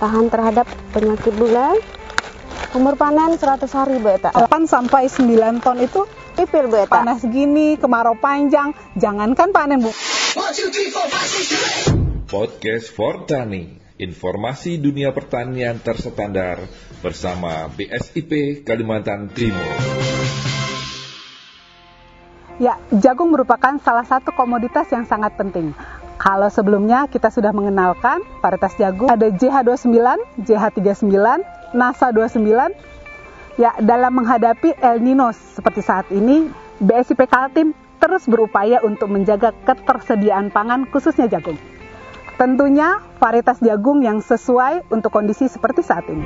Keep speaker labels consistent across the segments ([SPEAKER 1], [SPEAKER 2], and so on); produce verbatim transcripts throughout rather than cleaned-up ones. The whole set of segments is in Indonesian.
[SPEAKER 1] tahan terhadap penyakit bulai. Umur panen seratus hari, Bu Eta.
[SPEAKER 2] delapan sampai sembilan ton itu
[SPEAKER 1] Pipil, Bu Eta.
[SPEAKER 2] panas gini, kemarau panjang, jangankan panen, Bu.
[SPEAKER 3] Podcast Fortani, informasi dunia pertanian terstandar bersama B S I P Kalimantan Timur.
[SPEAKER 2] Ya, jagung merupakan salah satu komoditas yang sangat penting. Kalau sebelumnya kita sudah mengenalkan varietas jagung, ada J H dua puluh sembilan, J H tiga puluh sembilan, NASA dua puluh sembilan. Ya, dalam menghadapi El Nino seperti saat ini, B S I P Kaltim terus berupaya untuk menjaga ketersediaan pangan khususnya jagung. Tentunya varietas jagung yang sesuai untuk kondisi seperti saat ini.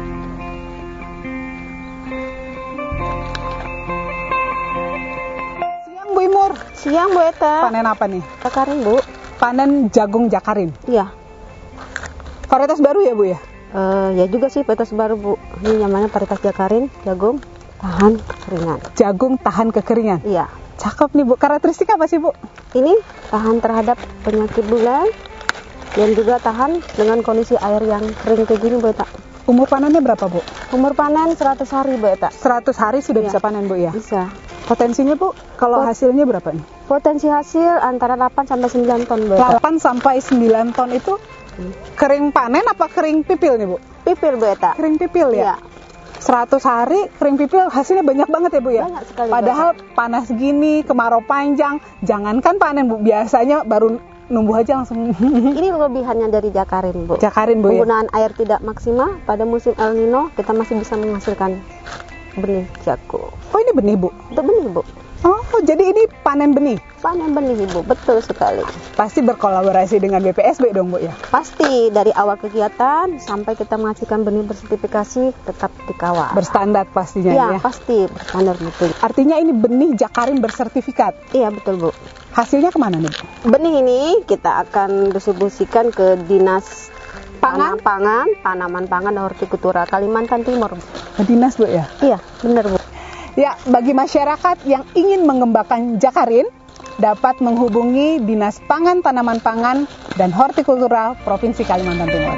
[SPEAKER 2] Siang Bu Imur.
[SPEAKER 1] Siang, Bu Eta.
[SPEAKER 2] Panen apa nih?
[SPEAKER 1] Jakarin, Bu.
[SPEAKER 2] Panen jagung Jakarin.
[SPEAKER 1] Iya.
[SPEAKER 2] Varietas baru ya Bu ya?
[SPEAKER 1] Uh, ya juga sih varietas baru, Bu. Ini namanya varietas Jakarin, jagung tahan kekeringan.
[SPEAKER 2] Jagung tahan kekeringan.
[SPEAKER 1] Iya.
[SPEAKER 2] Cakep nih Bu. Karakteristik apa sih Bu?
[SPEAKER 1] Ini tahan terhadap penyakit bulai dan juga tahan dengan kondisi air yang kering kayak gini, Bu Eta.
[SPEAKER 2] Umur panennya berapa Bu?
[SPEAKER 1] Umur panen seratus hari, Bu Eta.
[SPEAKER 2] seratus hari sudah
[SPEAKER 1] Iya.
[SPEAKER 2] bisa panen Bu ya?
[SPEAKER 1] Bisa.
[SPEAKER 2] Potensinya Bu, kalau
[SPEAKER 1] Pot-
[SPEAKER 2] hasilnya berapa nih?
[SPEAKER 1] Potensi hasil antara delapan sampai sembilan ton, Bu Eta.
[SPEAKER 2] delapan sampai sembilan ton itu kering panen apa kering pipil nih Bu?
[SPEAKER 1] Pipil, Bu Eta.
[SPEAKER 2] Kering pipil ya?
[SPEAKER 1] Iya.
[SPEAKER 2] seratus hari kering pipil hasilnya banyak banget ya Bu ya?
[SPEAKER 1] Banyak sekali,
[SPEAKER 2] Padahal panas gini, kemarau panjang, jangankan panen Bu, biasanya baru numbuh aja langsung
[SPEAKER 1] Ini kelebihannya dari Jakarin, Bu.
[SPEAKER 2] Jakarin Bu ya?
[SPEAKER 1] Penggunaan air tidak maksimal pada musim El Nino, kita masih bisa menghasilkan benih jagung.
[SPEAKER 2] Oh ini benih Bu?
[SPEAKER 1] Itu benih, Bu.
[SPEAKER 2] Oh jadi ini panen benih?
[SPEAKER 1] Panen benih, Ibu. Betul sekali.
[SPEAKER 2] Pasti berkolaborasi dengan B P S B dong Bu ya?
[SPEAKER 1] Pasti dari awal kegiatan sampai kita menghasilkan benih bersertifikasi tetap dikawal.
[SPEAKER 2] Berstandar pastinya
[SPEAKER 1] Iya,
[SPEAKER 2] ya?
[SPEAKER 1] pasti berstandar betul.
[SPEAKER 2] Artinya ini benih Jakarin bersertifikat.
[SPEAKER 1] Iya, betul, Bu.
[SPEAKER 2] Hasilnya kemana nih Bu?
[SPEAKER 1] Benih ini kita akan distribusikan ke Dinas
[SPEAKER 2] Pangan?
[SPEAKER 1] Tanam Pangan, Tanaman Pangan dan Hortikultura Kalimantan Timur.
[SPEAKER 2] Ke dinas Bu ya?
[SPEAKER 1] Iya, benar, Bu.
[SPEAKER 2] Ya, bagi masyarakat yang ingin mengembangkan Jakarin, dapat menghubungi Dinas Pangan, Tanaman Pangan, dan Hortikultura Provinsi Kalimantan Timur.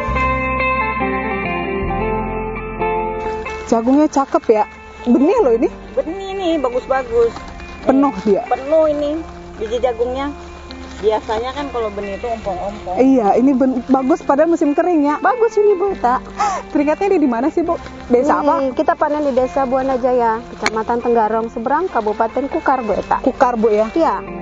[SPEAKER 2] Jagungnya cakep ya. Benih loh ini.
[SPEAKER 4] Benih nih bagus-bagus.
[SPEAKER 2] Penuh dia.
[SPEAKER 4] Penuh ini biji jagungnya. Biasanya kan kalau benih itu ompong-ompong.
[SPEAKER 2] Iya, ini ben- bagus padahal musim kering ya.
[SPEAKER 1] Bagus ini, Bu Eta.
[SPEAKER 2] Teringatnya di mana sih Bu? Desa apa?
[SPEAKER 1] Ini kita panen di Desa Buana Jaya, Kecamatan Tenggarong Seberang, Kabupaten Kukar, Bu Eta.
[SPEAKER 2] Kukar Bu ya.
[SPEAKER 1] Iya.